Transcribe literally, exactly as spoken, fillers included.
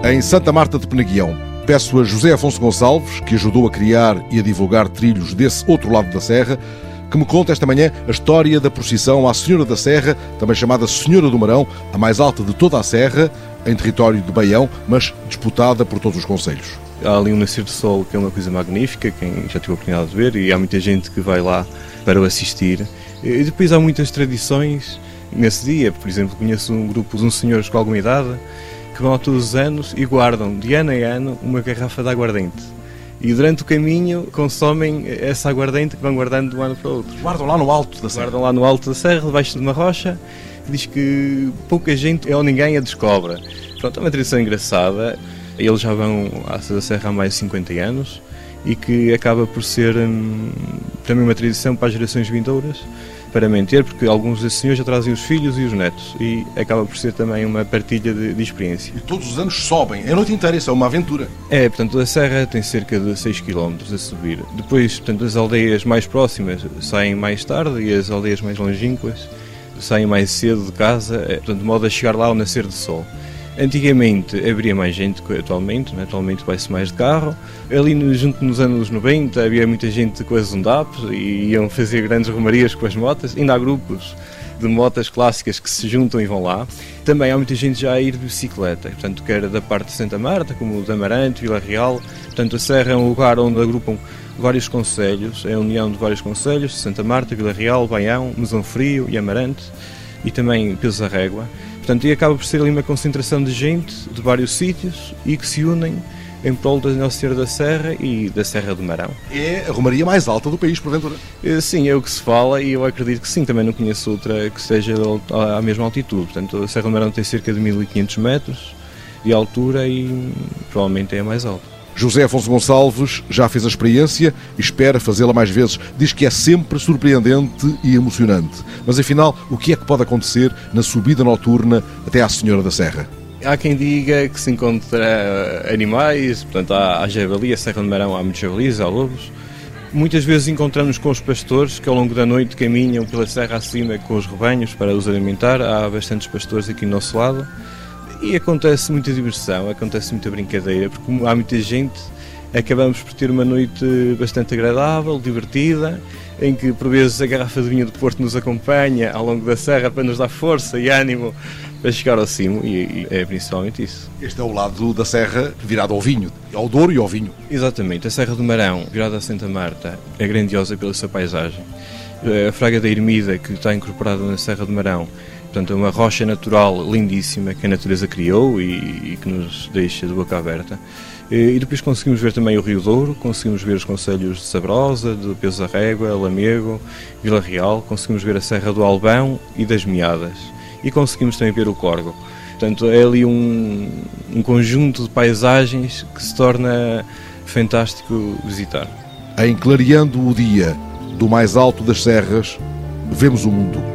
em Santa Marta de Penaguião. Peço a José Afonso Gonçalves, que ajudou a criar e a divulgar trilhos desse outro lado da serra, que me conta esta manhã a história da procissão à Senhora da Serra, também chamada Senhora do Marão, a mais alta de toda a serra, em território de Baião, mas disputada por todos os concelhos. Há ali um nascer de sol que é uma coisa magnífica, quem já teve a oportunidade de ver, e há muita gente que vai lá para o assistir. E depois há muitas tradições nesse dia. Por exemplo, conheço um grupo de uns senhores com alguma idade que vão todos os anos e guardam de ano em ano uma garrafa de aguardente. E durante o caminho consomem essa aguardente que vão guardando de um ano para o outro. Guardam lá no alto da serra? Guardam lá no alto da serra, debaixo de uma rocha. Diz que pouca gente ou ninguém a descobre. Pronto, é uma tradição engraçada. Eles já vão à da Serra há mais de cinquenta anos e que acaba por ser hum, também uma tradição para as gerações vindouras, para manter, porque alguns desses senhores já trazem os filhos e os netos e acaba por ser também uma partilha de, de experiência. E todos os anos sobem, a noite inteira, isso é uma aventura. É, portanto, a serra tem cerca de seis quilómetros a subir. Depois, portanto, as aldeias mais próximas saem mais tarde e as aldeias mais longínquas saem mais cedo de casa, portanto, de modo a chegar lá ao nascer do sol. Antigamente haveria mais gente que atualmente, né? Atualmente vai-se mais de carro. Ali junto nos anos noventa havia muita gente com as Zundap e iam fazer grandes romarias com as motas. Ainda há grupos de motas clássicas que se juntam e vão lá. Também há muita gente já a ir de bicicleta, portanto, quer da parte de Santa Marta, como de Amarante, Vila Real. Portanto, a Serra é um lugar onde agrupam vários concelhos, é a união de vários concelhos, Santa Marta, Vila Real, Baião, Mesão Frio e Amarante, e também Peso da Régua. Portanto, e acaba por ser ali uma concentração de gente de vários sítios e que se unem em prol da Nossa Senhora da Serra e da Serra do Marão. É a romaria mais alta do país, porventura? Sim, é o que se fala e eu acredito que sim, também não conheço outra que esteja à mesma altitude. Portanto, a Serra do Marão tem cerca de mil e quinhentos metros de altura e provavelmente é a mais alta. José Afonso Gonçalves já fez a experiência e espera fazê-la mais vezes. Diz que é sempre surpreendente e emocionante. Mas afinal, o que é que pode acontecer na subida noturna até à Senhora da Serra? Há quem diga que se encontra animais, portanto há a javali, a Serra do Marão há muitos javalis, há lobos. Muitas vezes encontramos com os pastores que ao longo da noite caminham pela serra acima com os rebanhos para os alimentar. Há bastantes pastores aqui do nosso lado. E acontece muita diversão, acontece muita brincadeira, porque como há muita gente, acabamos por ter uma noite bastante agradável, divertida, em que por vezes a garrafa de vinho do Porto nos acompanha ao longo da serra para nos dar força e ânimo para chegar ao cimo, e, e é principalmente isso. Este é o lado da serra virado ao vinho, ao Douro e ao vinho. Exatamente, a Serra do Marão, virada a Santa Marta, é grandiosa pela sua paisagem. A Fraga da Ermida, que está incorporada na Serra do Marão, portanto, é uma rocha natural lindíssima que a natureza criou e, e que nos deixa de boca aberta. E depois conseguimos ver também o Rio Douro, conseguimos ver os concelhos de Sabrosa, de Peso da Régua, Lamego, Vila Real, conseguimos ver a Serra do Albão e das Meadas. E conseguimos também ver o Corgo. Portanto, é ali um, um conjunto de paisagens que se torna fantástico visitar. Em clareando o dia do mais alto das serras, vemos o mundo.